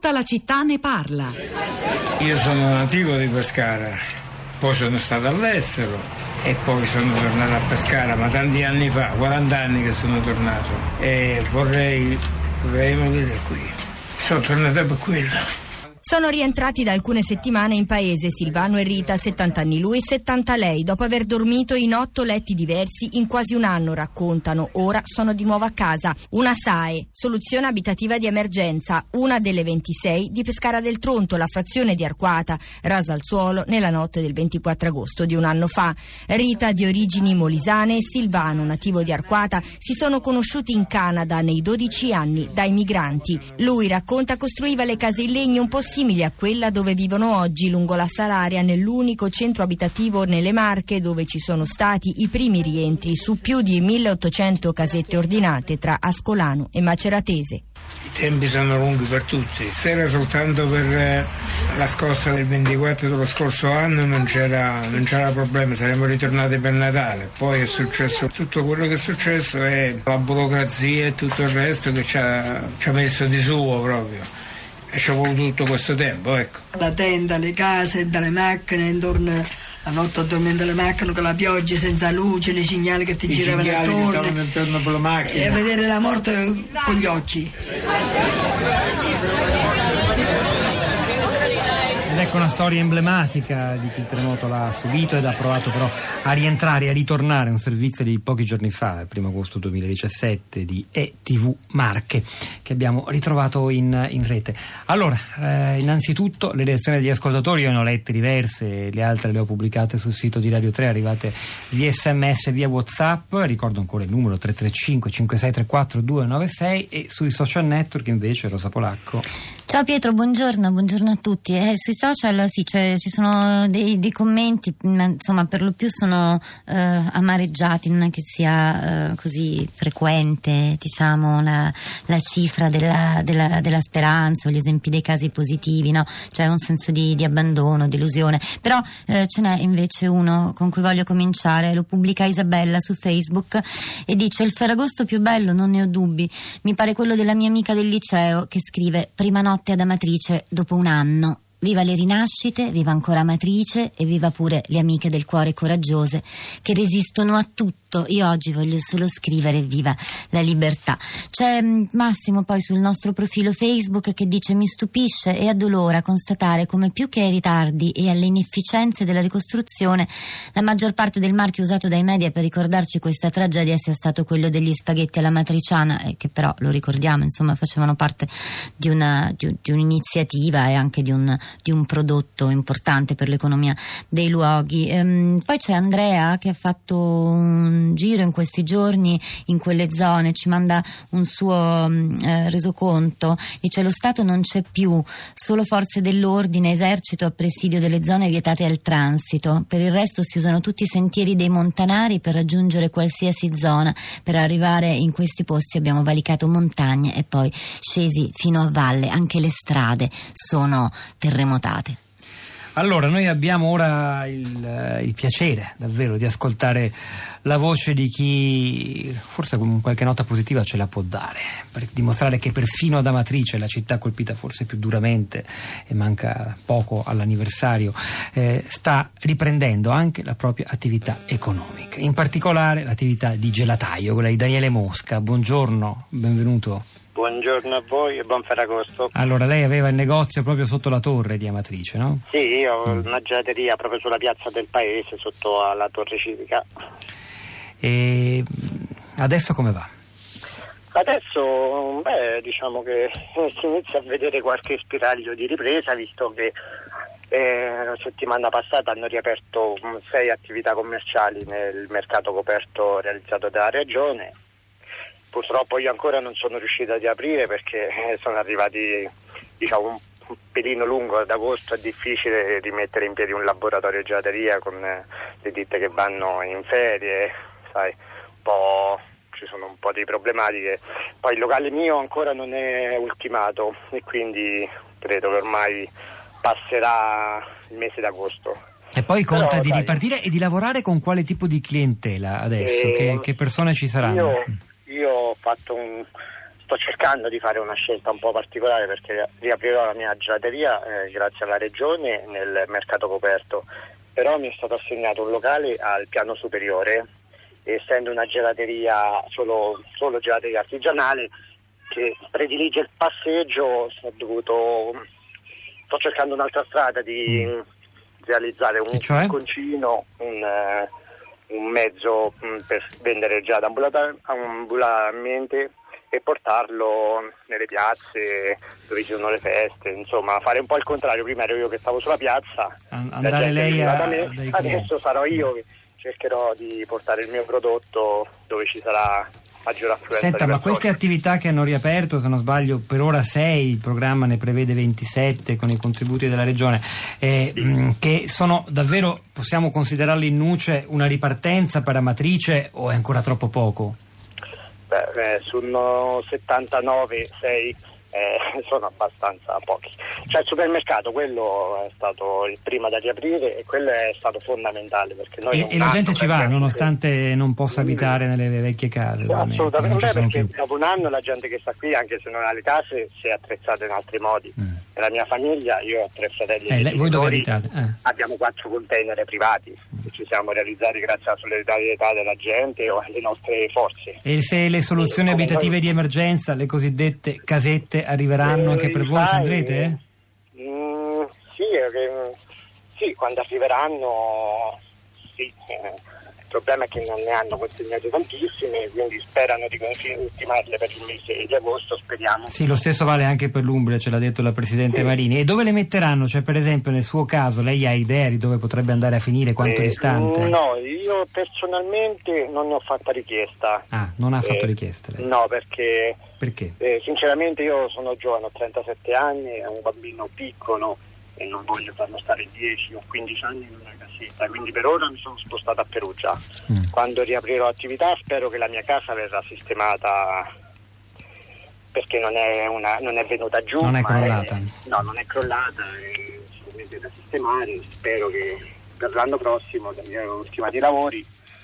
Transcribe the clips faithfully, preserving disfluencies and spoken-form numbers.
Tutta la città ne parla. Io sono nativo di Pescara, poi sono stato all'estero e poi sono tornato a Pescara, ma tanti anni fa, quaranta anni che sono tornato, e vorrei, vorrei morire qui. Sono tornato per quello. Sono rientrati da alcune settimane in paese Silvano e Rita, settanta anni lui, settanta lei, dopo aver dormito in otto letti diversi in quasi un anno, raccontano. Ora sono di nuovo a casa. Una S A E, soluzione abitativa di emergenza, una delle ventisei di Pescara del Tronto, la frazione di Arquata, rasa al suolo nella notte del ventiquattro agosto di un anno fa. Rita, di origini molisane, e Silvano, nativo di Arquata, si sono conosciuti in Canada nei dodici anni dai migranti. Lui, racconta, costruiva le case in legno un po' simili a quella dove vivono oggi, lungo la Salaria, nell'unico centro abitativo nelle Marche dove ci sono stati i primi rientri su più di milleottocento casette ordinate tra Ascolano e Maceratese. I tempi sono lunghi per tutti. Se era soltanto per la scossa del ventiquattro dello scorso anno non c'era, non c'era problema, saremmo ritornati per Natale. Poi è successo tutto quello che è successo e la burocrazia e tutto il resto che ci ha, ci ha messo di suo proprio. E ci ha voluto tutto questo tempo, ecco. La tenda, le case, dalle macchine, intorno la notte a dormire nelle macchine con la pioggia, senza luce, le cignali che ti I giravano attorno. attorno, intorno per la macchina. E a vedere la morte con gli occhi. Ed ecco una storia emblematica di chi il terremoto l'ha subito ed ha provato però a rientrare e a ritornare. Un servizio di pochi giorni fa, il primo agosto duemiladiciassette, di E T V Marche, che abbiamo ritrovato in, in rete. Allora, eh, innanzitutto le reazioni degli ascoltatori io ne ho lette diverse, le altre le ho pubblicate sul sito di Radio tre, arrivate via sms e via WhatsApp. Ricordo ancora il numero tre tre cinque cinque sei tre quattro due nove sei, e sui social network invece Rosa Polacco. Ciao Pietro, buongiorno, buongiorno a tutti. Eh, sui social sì, cioè, ci sono dei, dei commenti, ma insomma per lo più sono eh, amareggiati, non è che sia eh, così frequente, diciamo, la, la cifra della, della, della speranza o gli esempi dei casi positivi, no? C'è un senso di, di abbandono, delusione. Però eh, ce n'è invece uno con cui voglio cominciare, lo pubblica Isabella su Facebook e dice: il Ferragosto più bello, non ne ho dubbi, mi pare quello della mia amica del liceo che scrive: prima notte ad Amatrice dopo un anno. Viva le rinascite, viva ancora Amatrice e viva pure le amiche del cuore coraggiose che resistono a tutto. Io oggi voglio solo scrivere viva la libertà. C'è Massimo poi sul nostro profilo Facebook che dice: mi stupisce e addolora constatare come più che ai ritardi e alle inefficienze della ricostruzione la maggior parte del marchio usato dai media per ricordarci questa tragedia sia stato quello degli spaghetti alla matriciana, e che però, lo ricordiamo, insomma facevano parte di una di, di un'iniziativa e anche di un di un prodotto importante per l'economia dei luoghi. Ehm, poi c'è Andrea che ha fatto un giro in questi giorni in quelle zone, ci manda un suo eh, resoconto, dice: lo Stato non c'è più, solo forze dell'ordine, esercito a presidio delle zone vietate al transito, per il resto si usano tutti i sentieri dei montanari per raggiungere qualsiasi zona. Per arrivare in questi posti abbiamo valicato montagne e poi scesi fino a valle, anche le strade sono terremotate. Allora, noi abbiamo ora il, il piacere davvero di ascoltare la voce di chi forse con qualche nota positiva ce la può dare, per dimostrare che perfino ad Amatrice, la città colpita forse più duramente e manca poco all'anniversario, eh, sta riprendendo anche la propria attività economica, in particolare l'attività di gelataio, quella di Daniele Mosca. Buongiorno, benvenuto. Buongiorno a voi e buon Ferragosto. Allora, lei aveva il negozio proprio sotto la torre di Amatrice, no? Sì, io ho mm. una gelateria proprio sulla piazza del paese, sotto alla torre civica. E adesso come va? Adesso, beh, diciamo che si inizia a vedere qualche spiraglio di ripresa, visto che eh, la settimana passata hanno riaperto sei attività commerciali nel mercato coperto realizzato dalla Regione. Purtroppo io ancora non sono riuscito ad aprire perché sono arrivati, diciamo, un pelino lungo ad agosto. È difficile rimettere in piedi un laboratorio gelateria con le ditte che vanno in ferie, sai, un po', ci sono un po' di problematiche. Poi il locale mio ancora non è ultimato e quindi credo che ormai passerà il mese d'agosto. E poi conta Però, di dai, ripartire e di lavorare con quale tipo di clientela adesso? E Che, che persone ci saranno? Io, io ho fatto un sto cercando di fare una scelta un po' particolare perché riaprirò la mia gelateria eh, grazie alla regione nel mercato coperto, però mi è stato assegnato un locale al piano superiore, essendo una gelateria solo, solo gelateria artigianale che predilige il passeggio, ho dovuto sto cercando un'altra strada di mm. realizzare un cioè? concino, un, uh, un mezzo mh, per vendere già ambulantemente e portarlo nelle piazze dove ci sono le feste, insomma fare un po' il contrario. Prima ero io che stavo sulla piazza, An- andare lei a, me, adesso sarò io che cercherò di portare il mio prodotto dove ci sarà maggiore affluenza. Senta, ma queste attività che hanno riaperto, se non sbaglio per ora sei, il programma ne prevede ventisette con i contributi della regione, eh, sì. mh, che sono davvero, possiamo considerarli in nuce una ripartenza per Amatrice o è ancora troppo poco? Beh, eh, sono settantanove, sei eh, sono abbastanza pochi. Cioè il supermercato, quello è stato il prima da riaprire e quello è stato fondamentale perché noi e, e la gente ci va gente... nonostante non possa abitare mm. nelle vecchie case. Assolutamente, beh, perché più. Dopo un anno la gente che sta qui, anche se non ha le case, si è attrezzata in altri modi. Mm. Nella mia famiglia, io ho tre fratelli eh, e lei, voi dove abitate? Eh. Abbiamo quattro container privati mm. che ci siamo realizzati grazie alla solidarietà della gente o alle nostre forze. E se le soluzioni e abitative noi... di emergenza, le cosiddette casette, arriveranno eh, anche per voi? Ci andrete? Mm, sì, eh, sì, quando arriveranno sì. Eh. Il problema è che non ne hanno consegnate tantissime, quindi sperano di ultimarle per il mese di agosto, speriamo. Sì, lo stesso vale anche per l'Umbria, ce l'ha detto la Presidente sì. Marini. E dove le metteranno? Cioè, per esempio, nel suo caso, lei ha idea di dove potrebbe andare a finire, quanto eh, distante? No, io personalmente non ne ho fatta richiesta. Ah, non ha fatto eh, richiesta lei? No, perché... Perché? Eh, sinceramente io sono giovane, ho trentasette anni, ho un bambino piccolo e non voglio farlo stare dieci o quindici anni in una casetta, quindi per ora mi sono spostato a Perugia. Mm. Quando riaprirò l'attività spero che la mia casa verrà sistemata, perché non è, una, non è venuta giù. Non è crollata. È, no, non è crollata, è solamente da sistemare. Spero che per l'anno prossimo vengono ultimati i lavori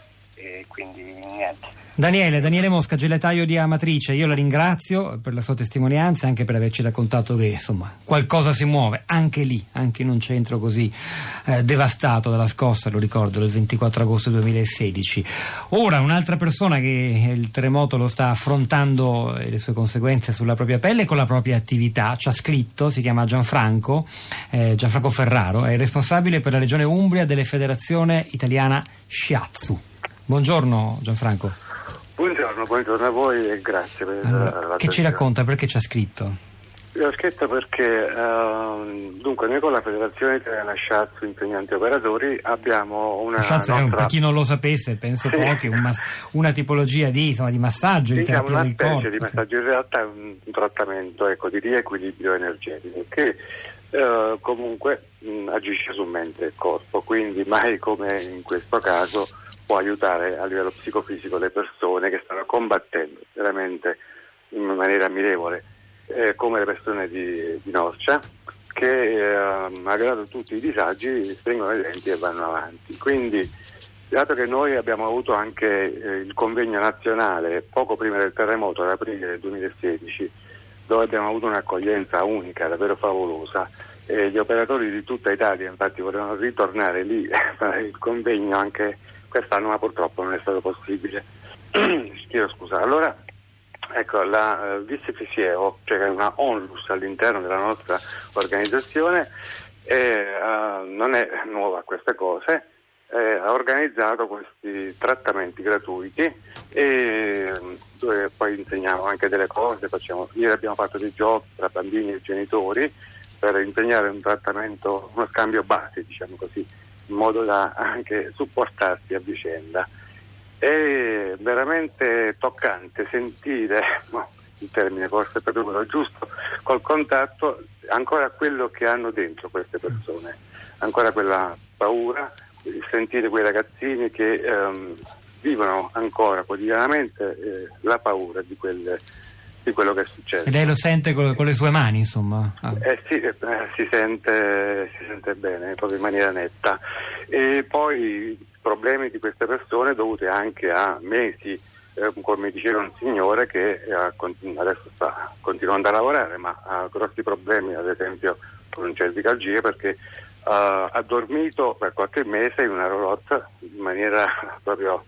e quindi niente. Daniele, Daniele Mosca, gelataio di Amatrice, io la ringrazio per la sua testimonianza, anche per averci raccontato che insomma qualcosa si muove anche lì, anche in un centro così eh, devastato dalla scossa, lo ricordo, del ventiquattro agosto duemilasedici. Ora un'altra persona che il terremoto lo sta affrontando e le sue conseguenze sulla propria pelle con la propria attività, ci ha scritto, si chiama Gianfranco, eh, Gianfranco Ferraro, è responsabile per la regione Umbria della Federazione Italiana Shiatsu. Buongiorno Gianfranco. Buongiorno, buongiorno a voi e grazie per allora, la che ci racconta, perché ci ha scritto? L'ho scritto perché uh, dunque noi con la Federazione Italiana Shiatsu Insegnanti Operatori abbiamo una Shiatsu nostra... è, per chi non lo sapesse, penso sì. pochi, un mas- una tipologia di, insomma, di massaggio, di diciamo terapia del corpo. Una specie di massaggio, in realtà è un, un trattamento ecco, di riequilibrio energetico che uh, comunque mh, agisce su mente e corpo, quindi mai come in questo caso può aiutare a livello psicofisico le persone che stanno combattendo veramente in maniera ammirevole, eh, come le persone di, di Norcia, che eh, malgrado tutti i disagi stringono i denti e vanno avanti. Quindi, dato che noi abbiamo avuto anche eh, il convegno nazionale poco prima del terremoto, ad aprile del duemilasedici, dove abbiamo avuto un'accoglienza unica, davvero favolosa, e gli operatori di tutta Italia infatti volevano ritornare lì a fare il convegno anche quest'anno, ma purtroppo non è stato possibile. Chiedo scusa. Allora, ecco, la uh, V S F C E O, cioè una onlus all'interno della nostra organizzazione, eh, uh, non è nuova a queste cose, eh, ha organizzato questi trattamenti gratuiti e dove poi insegniamo anche delle cose, facciamo, ieri abbiamo fatto dei giochi tra bambini e genitori per insegnare un trattamento, uno scambio base, diciamo così, in modo da anche supportarsi a vicenda. È veramente toccante sentire, no, il termine forse è proprio quello giusto, col contatto ancora quello che hanno dentro queste persone, ancora quella paura, sentire quei ragazzini che ehm, vivono ancora quotidianamente eh, la paura di quelle di quello che succede. E lei lo sente con, con le sue mani, insomma? Ah. Eh sì, eh, si sente si sente bene, proprio in maniera netta. E poi i problemi di queste persone dovuti anche a mesi eh, come diceva un signore che eh, continu- adesso sta continuando a lavorare, ma ha grossi problemi, ad esempio con cervicalgie, perché uh, ha dormito per qualche mese in una roulotte in maniera proprio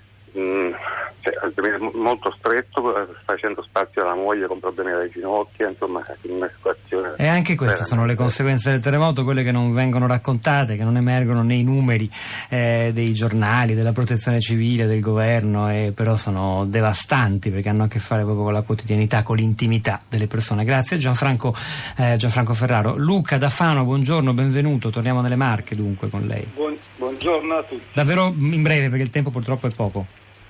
mh, cioè, molto stretto, facendo spazio alla moglie con problemi alle ginocchia, insomma in una situazione. E anche queste sono le conseguenze del terremoto, quelle che non vengono raccontate, che non emergono nei numeri eh, dei giornali, della protezione civile, del governo, e però sono devastanti perché hanno a che fare proprio con la quotidianità, con l'intimità delle persone. Grazie Gianfranco, eh, Gianfranco Ferraro. Luca da Fano, buongiorno, benvenuto, torniamo nelle Marche dunque con lei. Buon, buongiorno a tutti. Davvero in breve perché il tempo purtroppo è poco.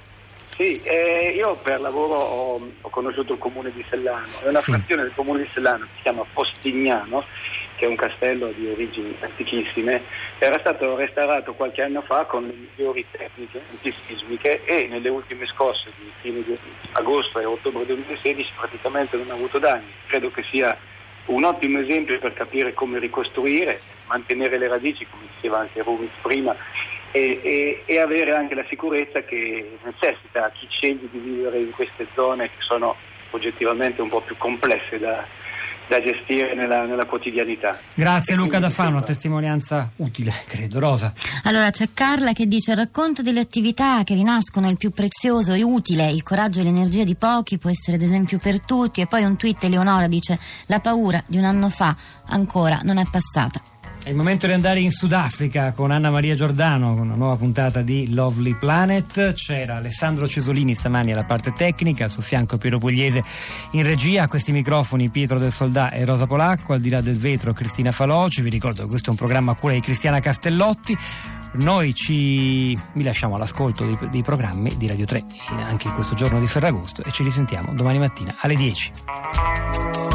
Sì, eh, io per lavoro ho, ho conosciuto il comune di Sellano, è una sì. frazione del comune di Sellano che si chiama Postignano, che è un castello di origini antichissime, era stato restaurato qualche anno fa con le migliori tecniche antisismiche e nelle ultime scosse di fine di agosto e ottobre duemilasedici praticamente non ha avuto danni. Credo che sia un ottimo esempio per capire come ricostruire, mantenere le radici, come diceva anche Rumiz prima, E, e, e avere anche la sicurezza che necessita chi sceglie di vivere in queste zone che sono oggettivamente un po' più complesse da, da gestire nella, nella quotidianità. Grazie Luca da Fano, testimonianza utile, credo. Rosa. Allora c'è Carla che dice: il racconto delle attività che rinascono è il più prezioso e utile, il coraggio e l'energia di pochi può essere d'esempio per tutti. E poi un tweet, Eleonora dice: la paura di un anno fa ancora non è passata. È il momento di andare in Sudafrica con Anna Maria Giordano con una nuova puntata di Lovely Planet. C'era Alessandro Cesolini stamani alla parte tecnica, al suo fianco Piero Pugliese in regia, a questi microfoni Pietro del Soldà e Rosa Polacco, al di là del vetro Cristina Faloci. Vi ricordo che questo è un programma a cura di Cristiana Castellotti. Noi ci vi lasciamo all'ascolto dei, dei programmi di Radio tre anche in questo giorno di Ferragosto e ci risentiamo domani mattina alle dieci.